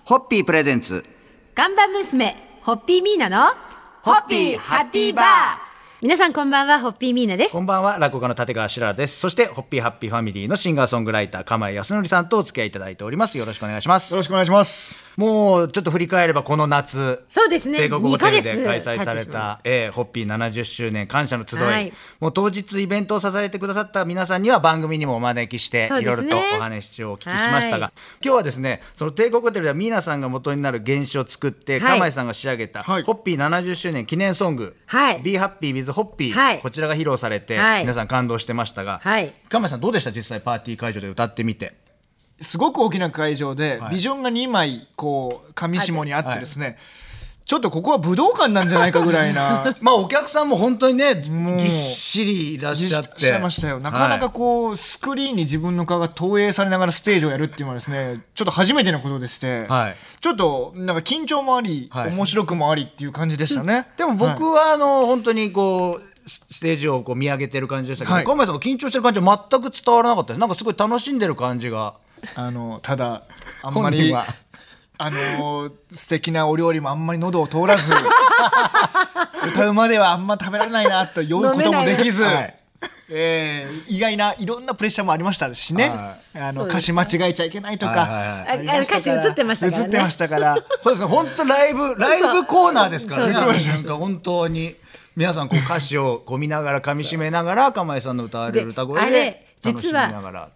ホッピープレゼンツ看板娘ホッピーミーナのホッピーハッピーバー。 皆さんこんばんは、ホッピーミーナです。 こんばんは、落語家の立川しららです。そしてホッピーハッピーファミリーのシンガーソングライター釜井康則さんとお付き合いいただいております。よろしくお願いします。 よろしくお願いします。 もうちょっと振り返ればこの夏、 そうですね、 帝国ホテルで 2 開ヶ月催された、ホッピー70周年感謝の集い、 はい、 もう当日イベントを支えてくださった皆さんには番組にもお招きしていろいろとお話をお聞きしましたが、はい、今日はですね、その帝国ホテルではミーナさんが元になる原種を作って、釜井さんが仕上げた、ホッピー70周年記念ソング、Be Happy with Hoppy、こちらが披露されて、皆さん感動してましたが、釜井さんどうでした？実際パーティー会場で歌ってみて。 すごく大きな会場で、ビジョンが2枚こう上下にあってですね、ちょっとここは武道館なんじゃないかぐらいなまあお客さんも本当にねぎっしりいらっしゃっていましたよ。なかなかこう、スクリーンに自分の顔が投影されながらステージをやるっていうのはですね、ちょっと初めてのことでして、ちょっとなんか緊張もあり、面白くもありっていう感じでしたね。 でも僕は本当にこうステージをこう見上げてる感じでしたけど、釜井さんが緊張してる感じは全く伝わらなかったです。なんかすごい楽しんでる感じが。 ただあんまり素敵なお料理もあんまり喉を通らず歌うまではあんま食べられないなと酔うこともできず、意外ないろんなプレッシャーもありましたしね、歌詞間違えちゃいけないとか、 歌詞映ってましたからね。 映ってましたからそうですね、本当ライブコーナーですからね。そうですね、本当に皆さんこう歌詞をこう見ながら噛み締めながら釜井さんの歌われる歌声で実は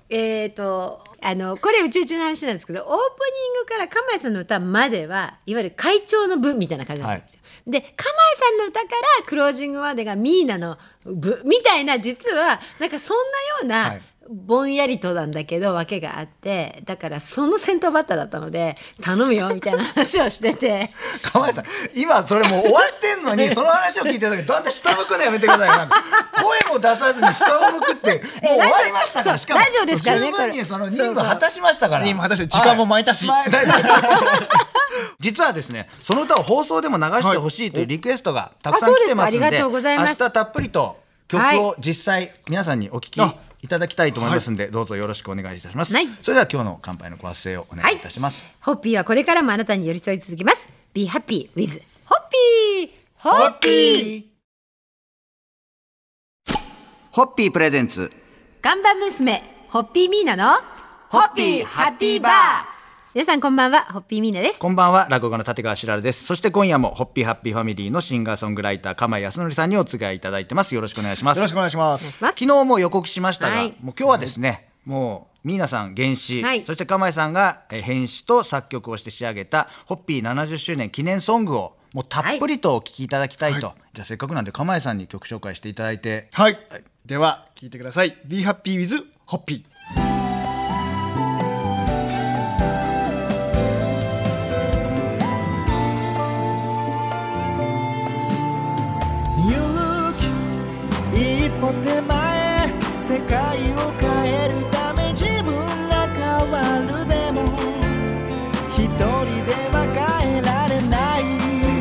これ宇宙中の話なんですけど、オープニングから釜井さんの歌まではいわゆる会長の部みたいな感じなんですよ、で釜井さんの歌からクロージングまでがミーナの部みたいな、実はなんかそんなような、ぼんやりとなんだけど訳があって、だからその先頭バッターだったので頼むよみたいな話をしてて釜井さん今それもう終わってんのにその話を聞いてる時だんだん下向くのやめてください。なんか声も出さずに下を向くってもう終わりましたから。しかもラジオですからね、 十分にその任務果たしましたから。 時間も巻いたし、 実はですね、その歌を放送でも流してほしいというリクエストがたくさん来てますので、 ありがとうございます。 明日たっぷりと曲を実際皆さんにお聴きいただきたいと思いますので、どうぞよろしくお願いいたします。それでは今日の乾杯のご発声をお願いいたします。 ホッピーはこれからもあなたに寄り添い続けます。 Be happy with ホッピー。 ホッピーホッピープレゼンツ看板娘ホッピーミーナのホッピーハッピーバー。 皆さんこんばんは、ホッピーミーナです。 こんばんは、落語家の立川しららです。そして今夜もホッピーハッピーファミリーのシンガーソングライター釜井康則さんにお付き合いいただいてます。よろしくお願いします。 よろしくお願いします。 昨日も予告しましたが、もう今日はですね、もうミーナさん原詞、そして釜井さんが編詞と作曲をして仕上げたホッピー70周年記念ソングをもうたっぷりとお聴きいただきたいと、じゃあせっかくなんで釜井さんに曲紹介していただいて。 では聴いてください。 Be happy with ホッピー。 一歩手前、世界を変えるため自分が変わる。でも一人では変えられない。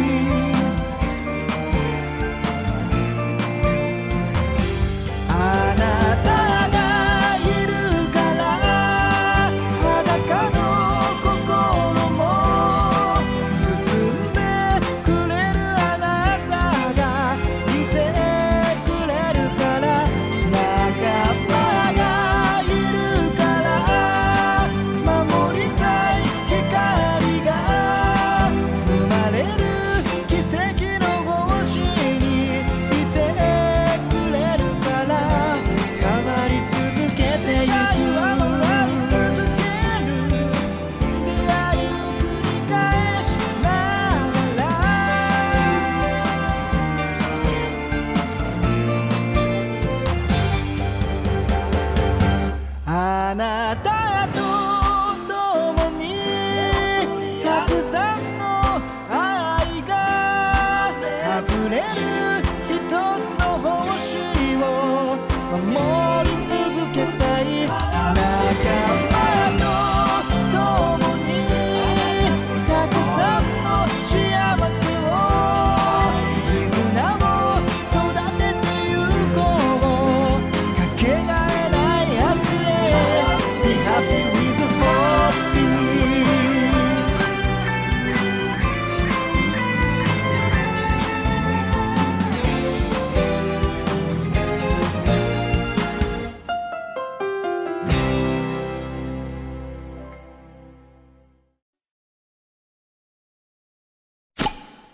あなたがいるから裸の心も包んでくれる。あなたがいてが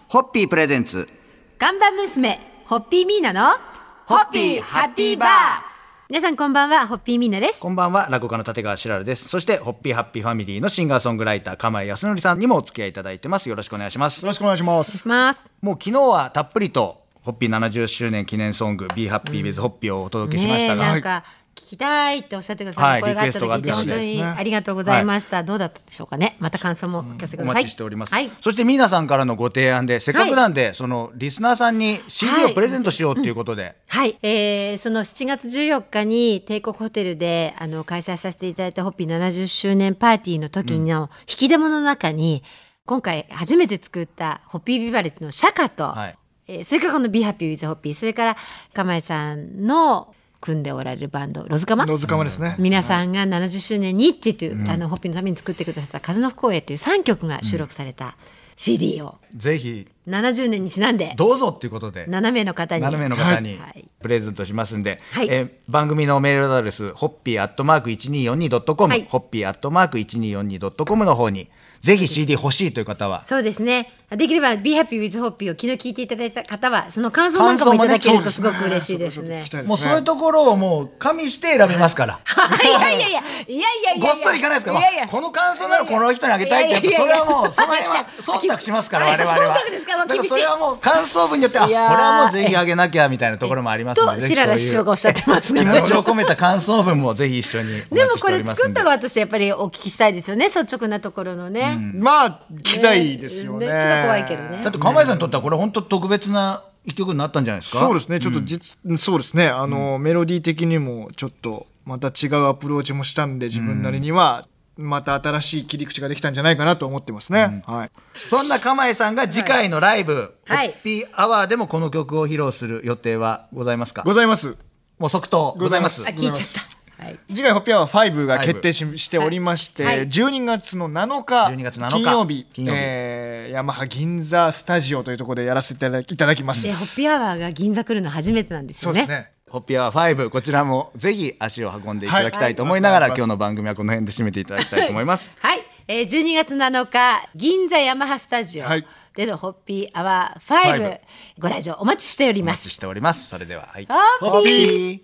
ホッピープレゼンツ看板娘ホッピーミーナのホッピーハッピーバー。 皆さんこんばんは、ホッピーミーナです。 こんばんは、落語家の立川しらるです。そしてホッピーハッピーファミリーのシンガーソングライター釜井康則さんにもお付き合いいただいてます。よろしくお願いします。 よろしくお願いしまお願いす。 します。 もう昨日はたっぷりとホッピー70周年記念ソング Be Happy with ホッピーをお届けしましたが、 なんか聞きたいっておっしゃってくださる声があったと聞いて、本当にありがとうございました。どうだったでしょうかね。また感想もお聞かせくおださい。 待ちしております。 はい。 そして皆さんからのご提案でせっかくなんで、そのリスナーさんに CD をプレゼントしようということで、 はい、その7月14日に帝国ホテルで開催させていただいたホッピー70周年パーティーの時の引き出物の中に、今回初めて作ったホッピービバレッジの社歌と、 はいそれからこの Be Happy with ホッピー、それから釜井さんの組んでおられるバンドロズカマ、 ノズカマですね。 皆さんが70周年にっていう、ホッピーのために作ってくださった風の不公営という3曲が収録された CD をぜひ 70年にちなんでどうぞっていうことで 7名の方にはいプレゼントしますんで、 はい番組のメールアドレスホッピー@1242.com、 はいホッピー@1242.com の方にぜひ CD 欲しいという方はそうですね。できれば Be Happy with Hoppy を昨日聞いていただいた方はその感想なんかもいただけるとすごく嬉しいですね。 もうそういうところをもう加味して選びますから。 いやいやいやごっそりいかないですか。 いやいやこの感想ならこの人にあげたいってやっぱそれはもうその辺は忖度しますから我々は。 忖度ですか。 だからそれはもう感想文によってこれはもうぜひあげなきゃみたいなところもありますので。 と白良師匠がおっしゃってますが。 気持ちを込めた感想文もぜひ一緒におでも待ちしこれ作ておりますんで。 った側としてやっぱりお聞きしたいですよね。率直なところのね。 まあ聞きたいですよね。 ちょっと怖いけどね。 だって釜井さんにとってはこれ本当特別な一曲になったんじゃないですか。 そうですね。ちょっとそうですね。メロディー的にもちょっとまた違うアプローチもしたんで、自分なりにはまた新しい切り口ができたんじゃないかなと思ってますね。はい。 そんな釜井さんが次回のライブ、 はいホッピーアワーでもこの曲を披露する予定はございますか。 ございます。 もう即答ございます。 あ、聞いちゃった。はい。 次回ホッピーアワー5が決定しておりまして、 はい 12月の7日 12月7日金曜日金曜日ヤマハ銀座スタジオというところでやらせていただきます。 でホッピーアワーが銀座来るの初めてなんですよね。 そうですね。 ホッピーアワー5、こちらもぜひ足を運んでいただきたいと思いながら、 はい今日の番組はこの辺で締めていただきたいと思います。 はい、12月7日銀座ヤマハスタジオはいでのホッピーアワー5、 はいご来場お待ちしておりおます。 待ちしております。それでは、はい、 ホッピー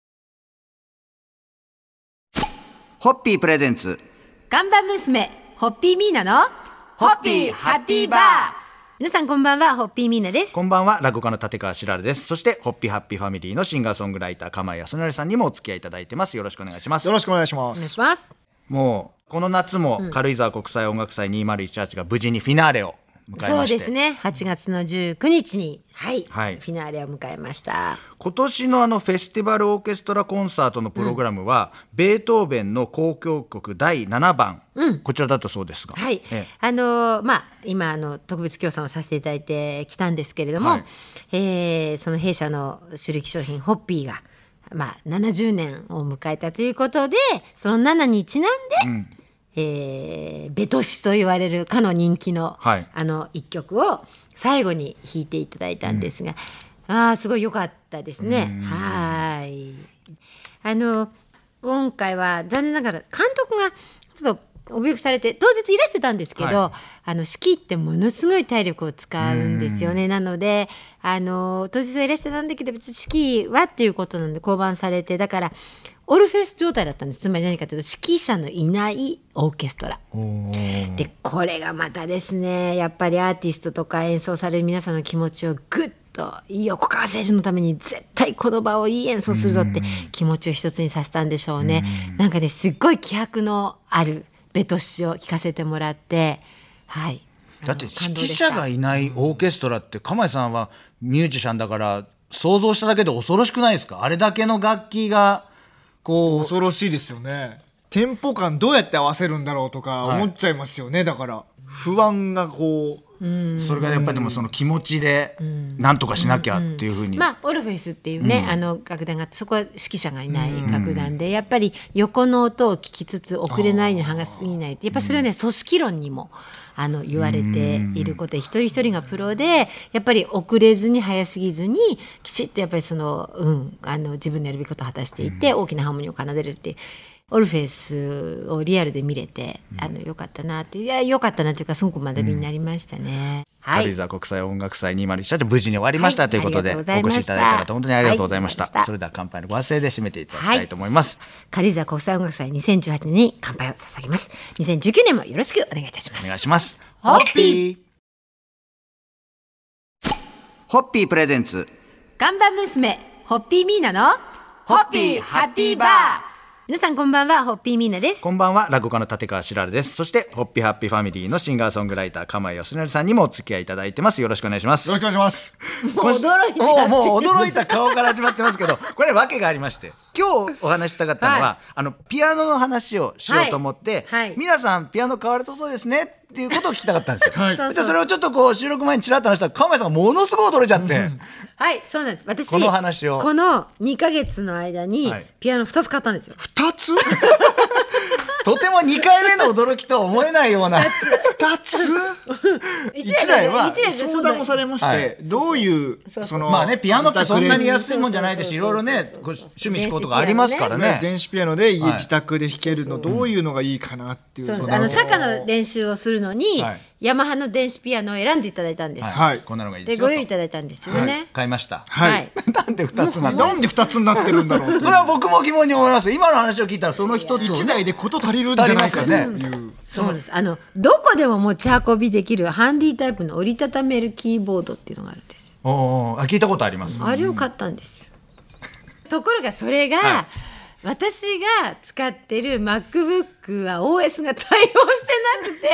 ホッピープレゼンツ看板娘ホッピーミーナのホッピーハッピーバー。 皆さんこんばんは、ホッピーミーナです。 こんばんは、落語家の立川しらるです。そしてホッピーハッピーファミリーのシンガーソングライター釜井康則さんにもお付き合いいただいてます。よろしくお願いします。 よろしくお願いしまお願いす。 します。 もうこの夏も軽井沢国際音楽祭2018が無事にフィナーレを迎えまして、 そうですね、8月の19日に、はいはいフィナーレを迎えました。 今年のフェスティバルオーケストラコンサートのプログラムは、ベートーベンの交響曲第7番、こちらだったそうですが、 はい、 え今特別協賛をさせていただいてきたんですけれども、 はいその弊社の主力商品ホッピーが、70年を迎えたということで、その7にちなんで、ベトシと言われるかの人気の、 はい一曲を最後に弾いていただいたんですが、すごい良かったですね。はい。今回は残念ながら監督がちょっとお病気されて当日いらしてたんですけど、 は指揮ってものすごい体力を使うんですよね。なので当日はいらしてたんだけど、指揮はっていうことなんで降板されて、だからオルフェス状態だったんです。つまり何かというと指揮者のいないオーケストラで、これがまたですね、やっぱりアーティストとか演奏される皆さんの気持ちをグッと横川選手のために絶対この場をいい演奏するぞって気持ちを一つにさせたんでしょうね。なんかね、すっごい気迫のあるベトシを聞かせてもらって、はい。 だって感動指揮でした者がいないオーケストラって釜井さんはミュージシャンだから想像しただけで恐ろしくないですか。あれだけの楽器がこう恐ろしいですよね。テンポ感どうやって合わせるんだろうとか思っちゃいますよね。だから不安がこう、 それがやっぱりでもその気持ちでなんとかしなきゃっていうふうに、 オルフェスっていうね、楽団が、そこは指揮者がいない楽団で、やっぱり横の音を聞きつつ遅れないように剥がすぎないって、やっぱそれはね、組織論にも言われていることで、一人一人がプロでやっぱり遅れずに早すぎずにきちっとやっぱり自分のやるべきことを果たしていて、大きなハーモニーを奏でるっていう。オルフェスをリアルで見れてよかったなって、いやよかったなというか、すごく学びになりましたね。 軽井沢国際音楽祭2018無事に終わりました、ということで、お越しいただいた方本当にありがとうございました、それでは乾杯のご発声で締めていただきたいと思います、 軽井沢国際音楽祭2018年に乾杯を捧げます。2019年もよろしくお願いいたします。 お願いします。 ホッピーホッピープレゼンツ看板娘ホッピーミーナのホッピーハッピーバー。 皆さんこんばんは、ホッピーミーナです。 こんばんは、落語家の立川しらるです。そしてホッピーハッピーファミリーのシンガーソングライター釜井義則さんにもお付き合いいただいてます。よろしくお願いします。 よろしくお願いします。 もう驚いちゃってもう驚いた顔から始まってますけど、これ訳がありまして、今日お話ししたかったのは、ピアノの話をしようと思って、皆さんピアノ買われたそうですねっていうことを聞きたかったんですよ。でそれをちょっとこう収録前にちらっと話したら、釜井さんがものすごい驚いちゃって、 はいそうなんです。私この話をこの2ヶ月の間にピアノ2つ買ったんですよ。 2つとても2回目の驚きとは思えないような2つ 1台は相談もされまして、どういうまあね、ピアノってそんなに安いもんじゃないですし、いろいろね趣味嗜好とかありますからね。 電子ピアノで自宅で弾けるのどういうのがいいかなっていう、 釈迦の練習をするのにヤマハの電子ピアノを選んでいただいたんです。 こんなのがいいですよでご用意いただいたんですよね。 買いました。 なんで2つなんで2つになってるんだろう。 それは僕も疑問に思います。今の話を聞いたらその1つ 1台でこと足りるんじゃないかね。 そうです。どこでも持ち運びできるハンディタイプの折りたためるキーボードっていうのがあるんですよ。 聞いたことあります。 あれを買ったんですよ。ところがそれが、私が使ってる MacBook は OS が対応してなくて弾けないんですよ。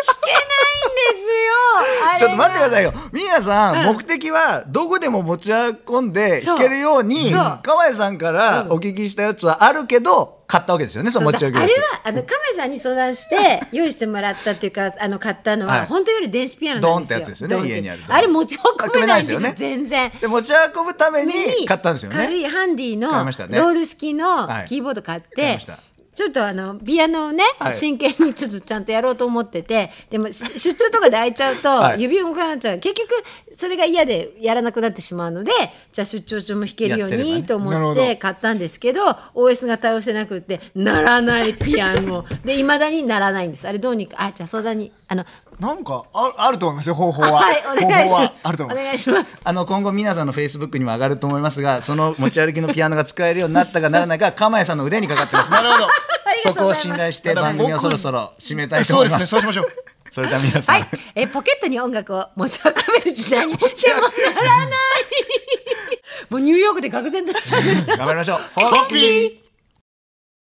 ちょっと待ってくださいよ。皆さん、目的はどこでも持ち運んで弾けるように釜井さんからお聞きしたやつはあるけど買ったわけですよね。その持ち運びあれは釜井さんに相談して用意してもらったっていうか買ったのは本当より電子ピアノなんですよ。 ドンってやつですよね。家にあるあれ持ち運べないんですよ。全然で持ち運ぶために買ったんですよね。 軽いハンディのロール式のキーボード買ってちょっとピアノをね、真剣にちょっとちゃんとやろうと思ってて、でも出張とかで開いちゃうと指動かなくなっちゃう。結局それが嫌でやらなくなってしまうので、じゃあ出張中も弾けるようにと思って買ったんですけど、OS が対応してなくってならないピアノで未だにならないんです。あれどうにかじゃあ相談になんかあると思いますよ。方法は。 お願いします。 あると思います。 お願いします。 今後皆さんのフェイスブックにも上がると思いますが、その持ち歩きのピアノが使えるようになったかならないか釜井さんの腕にかかってます。 なるほど。 そこを信頼して番組をそろそろ締めたいと思います。 そうですね。そうしましょう。 それでは皆さん、 ポケットに音楽を持ち運べる時代にでもならない。もうニューヨークで愕然としたんだから。 頑張りましょう。 ホッピー。